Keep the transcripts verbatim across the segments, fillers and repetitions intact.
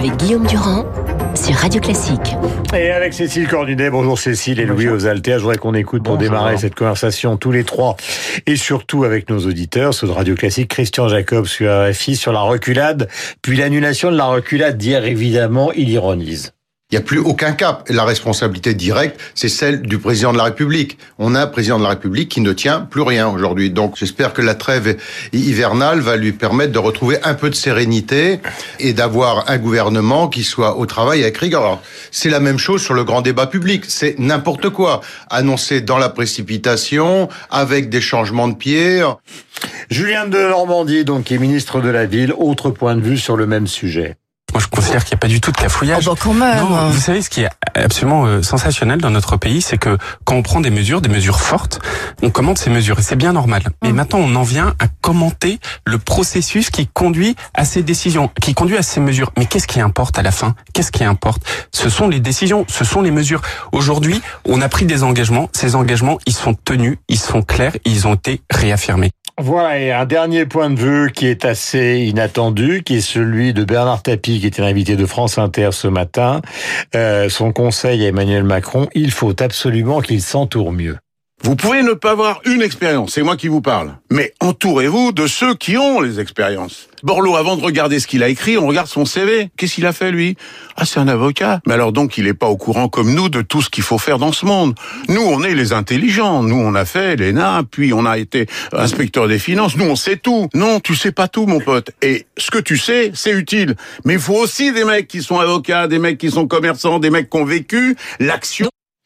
avec Guillaume Durand sur Radio Classique. Et avec Cécile Cornudet. Bonjour Cécile et Louis Osaltea. Je voudrais qu'on écoute pour Bonjour. démarrer cette conversation tous les trois et surtout avec nos auditeurs, ceux de Radio Classique, Christian Jacob sur R F I sur la reculade, puis l'annulation de la reculade d'hier. Évidemment, il ironise. Il n'y a plus aucun cap. La responsabilité directe, c'est celle du président de la République. On a un président de la République qui ne tient plus rien aujourd'hui. Donc j'espère que la trêve hivernale va lui permettre de retrouver un peu de sérénité et d'avoir un gouvernement qui soit au travail avec rigueur. Alors, c'est la même chose sur le grand débat public. C'est n'importe quoi. Annoncé dans la précipitation, avec des changements de pied. Julien de Normandie, donc, qui est ministre de la Ville. Autre point de vue sur le même sujet. Moi, je considère qu'il n'y a pas du tout de cafouillage. Oh bah quand même. Non, vous savez, ce qui est absolument euh, sensationnel dans notre pays, c'est que quand on prend des mesures, des mesures fortes, on commente ces mesures et c'est bien normal. Mais mmh. maintenant, on en vient à commenter le processus qui conduit à ces décisions, qui conduit à ces mesures. Mais qu'est-ce qui importe à la fin ? Qu'est-ce qui importe ? Ce sont les décisions, ce sont les mesures. Aujourd'hui, on a pris des engagements. Ces engagements, ils sont tenus, ils sont clairs, ils ont été réaffirmés. Voilà, et un dernier point de vue qui est assez inattendu, qui est celui de Bernard Tapie, qui était l'invité de France Inter ce matin. Euh, son conseil à Emmanuel Macron, il faut absolument qu'il s'entoure mieux. Vous pouvez ne pas avoir une expérience, c'est moi qui vous parle. Mais entourez-vous de ceux qui ont les expériences. Borloo, avant de regarder ce qu'il a écrit, on regarde son C V. Qu'est-ce qu'il a fait, lui ? Ah, c'est un avocat. Mais alors donc, il est pas au courant comme nous de tout ce qu'il faut faire dans ce monde. Nous, on est les intelligents. Nous, on a fait l'E N A, puis on a été inspecteur des finances. Nous, on sait tout. Non, tu sais pas tout, mon pote. Et ce que tu sais, c'est utile. Mais il faut aussi des mecs qui sont avocats, des mecs qui sont commerçants, des mecs qui ont vécu l'action.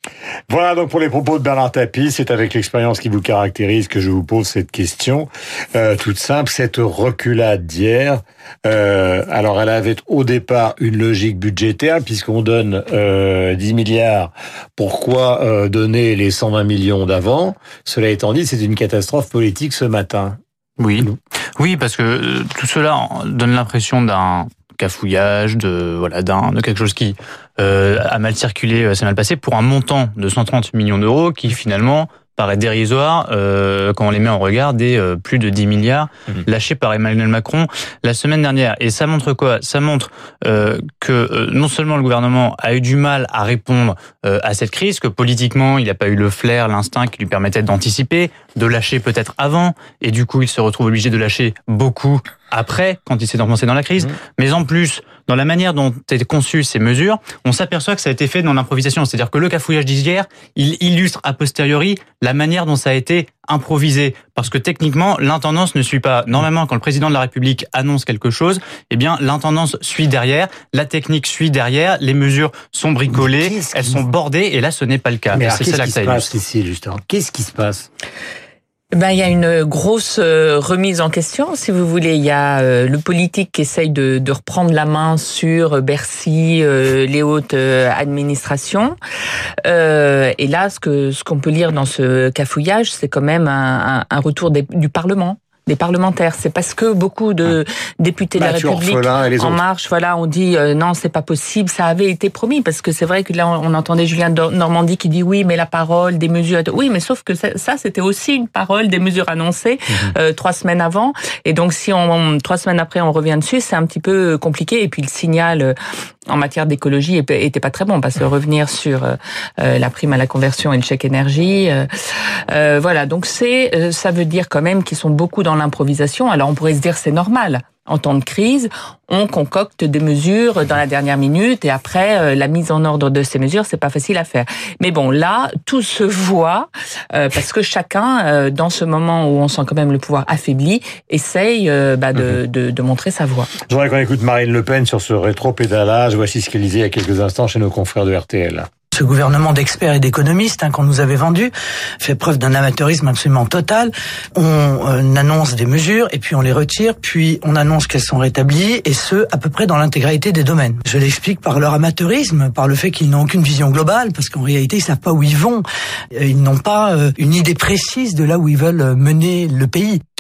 Voilà donc pour les propos de Bernard Tapie. C'est avec l'expérience qui vous caractérise que je vous pose cette question euh, toute simple. Cette reculade d'hier, euh, alors elle avait au départ une logique budgétaire puisqu'on donne euh, dix milliards. Pourquoi euh, donner les cent vingt millions d'avant ? Cela étant dit, c'est une catastrophe politique ce matin. Oui, oui, parce que euh, tout cela donne l'impression d'un cafouillage, de voilà, d'un de quelque chose qui euh, a mal circulé, s'est mal passé, pour un montant de cent trente millions d'euros qui finalement paraît dérisoire euh, quand on les met en regard des euh, plus de dix milliards mmh. lâchés par Emmanuel Macron la semaine dernière. Et ça montre quoi ? Ça montre euh, que euh, non seulement le gouvernement a eu du mal à répondre euh, à cette crise, que politiquement il n'a pas eu le flair, l'instinct qui lui permettait d'anticiper, de lâcher peut-être avant, et du coup il se retrouve obligé de lâcher beaucoup après, quand il s'est enfoncé dans la crise. Mmh. Mais en plus, dans la manière dont étaient conçues ces mesures, on s'aperçoit que ça a été fait dans l'improvisation. C'est-à-dire que le cafouillage d'hier, il illustre a posteriori la manière dont ça a été improvisé. Parce que techniquement, l'intendance ne suit pas. Normalement, quand le président de la République annonce quelque chose, eh bien, l'intendance suit derrière, la technique suit derrière, les mesures sont bricolées, elles sont bordées, et là, ce n'est pas le cas. Mais alors, c'est qu'est-ce ça qui se passe ici, justement ? Qu'est-ce qui se passe ? Ben, il y a une grosse remise en question, si vous voulez. Il y a euh, le politique qui essaye de, de reprendre la main sur Bercy, euh, les hautes euh, administrations. Euh, et là, ce que ce qu'on peut lire dans ce cafouillage, c'est quand même un, un, un retour des, du Parlement. Des parlementaires, c'est parce que beaucoup de députés de la République En Marche, voilà, on dit euh, non, c'est pas possible, ça avait été promis, parce que c'est vrai que là on entendait Julien de Normandie qui dit oui, mais la parole, des mesures, oui, mais sauf que ça, ça c'était aussi une parole, des mesures annoncées mmh. euh, trois semaines avant, et donc si on trois semaines après on revient dessus, c'est un petit peu compliqué, et puis le signal euh, en matière d'écologie était pas très bon, parce que revenir sur euh, la prime à la conversion et le chèque énergie, euh, euh, voilà, donc c'est euh, ça veut dire quand même qu'ils sont beaucoup dans l'improvisation. Alors on pourrait se dire c'est normal. En temps de crise, on concocte des mesures dans la dernière minute et après euh, la mise en ordre de ces mesures, c'est pas facile à faire. Mais bon, là, tout se voit euh, parce que chacun, euh, dans ce moment où on sent quand même le pouvoir affaibli, essaye euh, bah, de, mmh. de, de montrer sa voix. Je voudrais qu'on écoute Marine Le Pen sur ce rétro-pédalage. Voici ce qu'elle disait il y a quelques instants chez nos confrères de R T L. Ce gouvernement d'experts et d'économistes hein, qu'on nous avait vendu fait preuve d'un amateurisme absolument total. On euh, annonce des mesures et puis on les retire, puis on annonce qu'elles sont rétablies, et ce, à peu près dans l'intégralité des domaines. Je l'explique par leur amateurisme, par le fait qu'ils n'ont aucune vision globale, parce qu'en réalité, ils savent pas où ils vont. Ils n'ont pas euh, une idée précise de là où ils veulent mener le pays.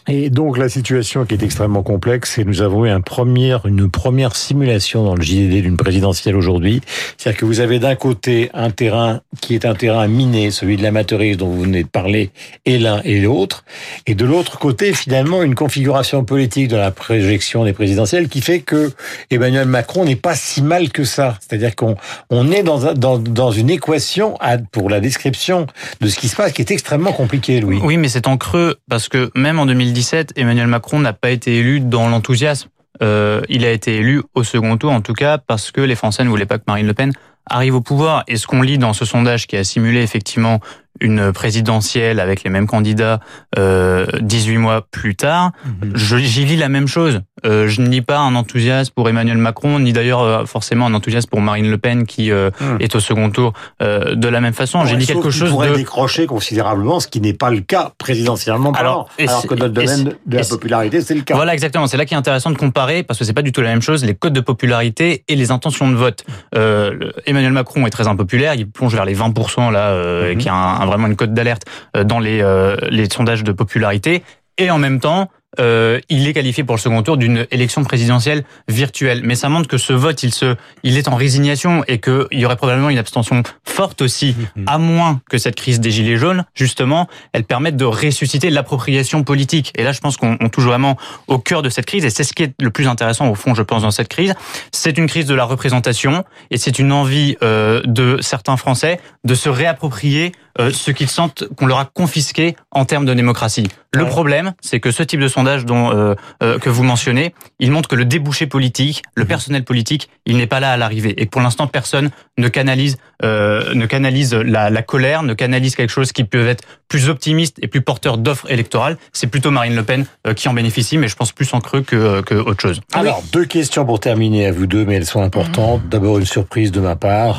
Et donc la situation qui est extrêmement complexe, c'est que nous avons eu un premier, une première simulation dans le J D D d'une présidentielle aujourd'hui. C'est-à-dire que vous avez d'un côté un terrain qui est un terrain miné, celui de l'amateurisme dont vous venez de parler, et l'un et l'autre. Et de l'autre côté, finalement, une configuration politique de la projection des présidentielles qui fait que Emmanuel Macron n'est pas si mal que ça. C'est-à-dire qu'on on est dans, un, dans, dans une équation à, pour la description de ce qui se passe qui est extrêmement compliquée, Louis. Oui, mais c'est en creux, parce que même en deux mille dix-sept, Emmanuel Macron n'a pas été élu dans l'enthousiasme. Euh, il a été élu au second tour, en tout cas, parce que les Français ne voulaient pas que Marine Le Pen arrive au pouvoir. Et ce qu'on lit dans ce sondage qui a simulé effectivement une présidentielle avec les mêmes candidats euh, dix-huit mois plus tard, mmh. je, j'y lis la même chose. Euh, je ne lis pas un enthousiasme pour Emmanuel Macron, ni d'ailleurs euh, forcément un enthousiasme pour Marine Le Pen qui euh, mmh. est au second tour euh, de la même façon. Ouais, J'ai dit quelque chose pourrait de... décrocher considérablement, ce qui n'est pas le cas présidentiellement parlant. Alors, alors que dans le domaine de la popularité, c'est le cas. Voilà, exactement. C'est là qu'il est intéressant de comparer, parce que c'est pas du tout la même chose, les codes de popularité et les intentions de vote. Euh, le, Emmanuel Macron est très impopulaire, il plonge vers les vingt pour cent là, euh, mmh. qui a un, un, vraiment une cote d'alerte dans les, euh, les sondages de popularité. Et en même temps, euh, il est qualifié pour le second tour d'une élection présidentielle virtuelle. Mais ça montre que ce vote, il se, il est en résignation et qu'il y aurait probablement une abstention forte aussi, mmh. à moins que cette crise des Gilets jaunes, justement, elle permette de ressusciter l'appropriation politique. Et là, je pense qu'on on touche vraiment au cœur de cette crise. Et c'est ce qui est le plus intéressant, au fond, je pense, dans cette crise. C'est une crise de la représentation et c'est une envie euh, de certains Français de se réapproprier euh, ce qu'ils sentent qu'on leur a confisqué en termes de démocratie. Le ouais. problème, c'est que ce type de sondage dont euh, euh, que vous mentionnez, il montre que le débouché politique, le personnel politique, il n'est pas là à l'arrivée. Et pour l'instant, personne ne canalise, euh, ne canalise la, la colère, ne canalise quelque chose qui peut être plus optimiste et plus porteur d'offres électorales. C'est plutôt Marine Le Pen euh, qui en bénéficie, mais je pense plus en creux que, que autre chose. Alors, deux questions pour terminer à vous deux, mais elles sont importantes. Mmh. D'abord, une surprise de ma part.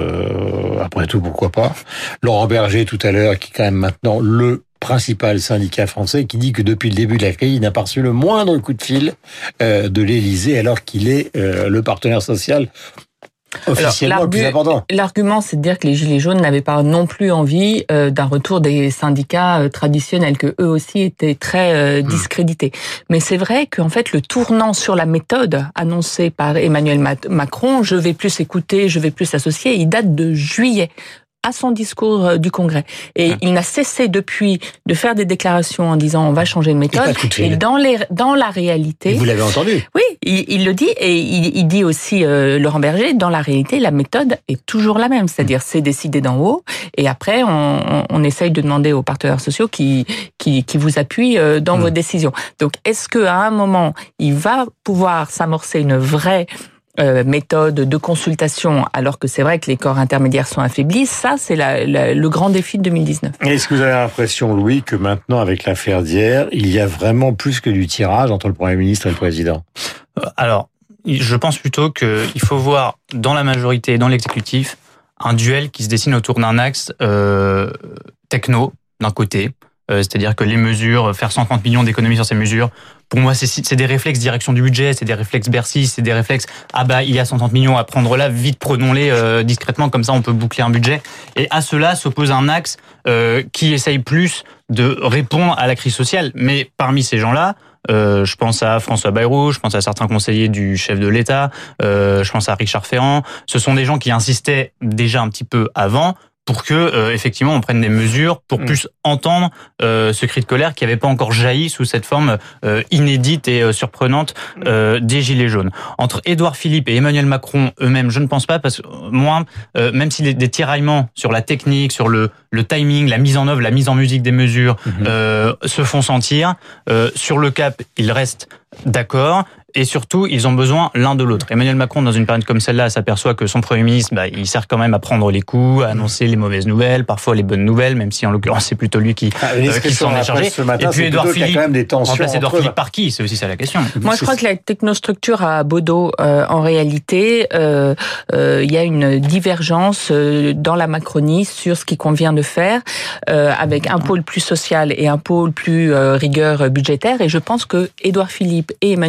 Euh, après tout, pourquoi pas. Laurent Berger, tout à l'heure, qui est quand même maintenant le principal syndicat français, qui dit que depuis le début de la crise, il n'a pas reçu le moindre coup de fil euh, de l'Élysée, alors qu'il est euh, le partenaire social officiellement Alors, le plus important. L'argument, c'est de dire que les Gilets jaunes n'avaient pas non plus envie euh, d'un retour des syndicats euh, traditionnels, que eux aussi étaient très euh, discrédités. Mmh. Mais c'est vrai qu'en fait, le tournant sur la méthode annoncé par Emmanuel Macron, je vais plus écouter, je vais plus associer, il date de juillet. À son discours du Congrès. Et mmh. il n'a cessé depuis de faire des déclarations en disant on va changer de méthode. De et dans, les, dans la réalité... Et vous l'avez entendu. Oui, il, il le dit. Et il, il dit aussi, euh, Laurent Berger, dans la réalité, la méthode est toujours la même. C'est-à-dire, c'est décidé d'en haut. Et après, on, on, on essaye de demander aux partenaires sociaux qui, qui, qui vous appuient dans mmh. vos décisions. Donc, est-ce qu'à un moment, il va pouvoir s'amorcer une vraie... Euh, méthode de consultation, alors que c'est vrai que les corps intermédiaires sont affaiblis, ça c'est la, la, le grand défi de deux mille dix-neuf. Est-ce que vous avez l'impression, Louis, que maintenant avec l'affaire d'hier, il y a vraiment plus que du tirage entre le Premier ministre et le Président ? Alors, je pense plutôt qu'il faut voir dans la majorité et dans l'exécutif un duel qui se dessine autour d'un axe euh, techno d'un côté, euh, c'est-à-dire que les mesures, faire cinquante millions d'économies sur ces mesures, pour moi, c'est, c'est des réflexes direction du budget, c'est des réflexes Bercy, c'est des réflexes « Ah bah, il y a cent trente millions à prendre là, vite prenons-les euh, discrètement, comme ça on peut boucler un budget. » Et à cela s'oppose un axe euh, qui essaye plus de répondre à la crise sociale. Mais parmi ces gens-là, euh, je pense à François Bayrou, je pense à certains conseillers du chef de l'État, euh, je pense à Richard Ferrand. Ce sont des gens qui insistaient déjà un petit peu avant pour que euh, effectivement on prenne des mesures pour mmh. plus entendre euh, ce cri de colère qui n'avait pas encore jailli sous cette forme euh, inédite et euh, surprenante euh, des Gilets jaunes. Entre Édouard Philippe et Emmanuel Macron eux-mêmes, je ne pense pas, parce que moi, euh, même s'il y a des tiraillements sur la technique, sur le, le timing, la mise en œuvre, la mise en musique des mesures mmh. euh, se font sentir, euh, sur le cap, ils restent d'accord. Et surtout, ils ont besoin l'un de l'autre. Emmanuel Macron, dans une période comme celle-là, s'aperçoit que son Premier ministre, bah, il sert quand même à prendre les coups, à annoncer les mauvaises nouvelles, parfois les bonnes nouvelles, même si en l'occurrence c'est plutôt lui qui, ah, euh, qui s'en est chargé. Matin, et puis Édouard Philippe, remplace Édouard Philippe eux. par qui ? C'est aussi ça la question. Moi, je crois que la technostructure à Bodo, euh, en réalité, euh, euh, il y a une divergence euh, dans la Macronie sur ce qu'il convient de faire, euh, avec un pôle plus social et un pôle plus euh, rigueur budgétaire. Et je pense que Édouard Philippe et Emmanuel Macron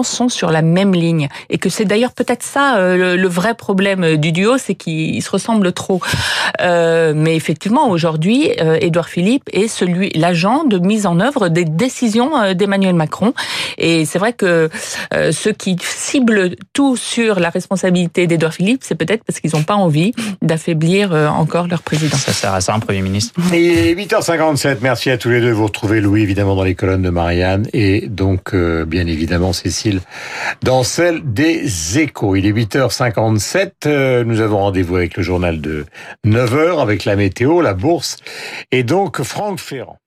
sont sur la même ligne. Et que c'est d'ailleurs peut-être ça euh, le, le vrai problème du duo, c'est qu'ils se ressemblent trop. Euh, mais effectivement, aujourd'hui, euh, Édouard Philippe est celui, l'agent de mise en œuvre des décisions euh, d'Emmanuel Macron. Et c'est vrai que euh, ceux qui ciblent tout sur la responsabilité d'Édouard Philippe, c'est peut-être parce qu'ils n'ont pas envie d'affaiblir euh, encore leur président. Ça sert à ça, un Premier ministre. Et huit heures cinquante-sept, merci à tous les deux. Vous retrouvez Louis, évidemment, dans les colonnes de Marianne et donc, euh, bien évidemment, Cécile, dans celle des Échos. Il est huit heures cinquante-sept. Euh, nous avons rendez-vous avec le journal de neuf heures, avec la météo, la bourse et donc Franck Ferrand.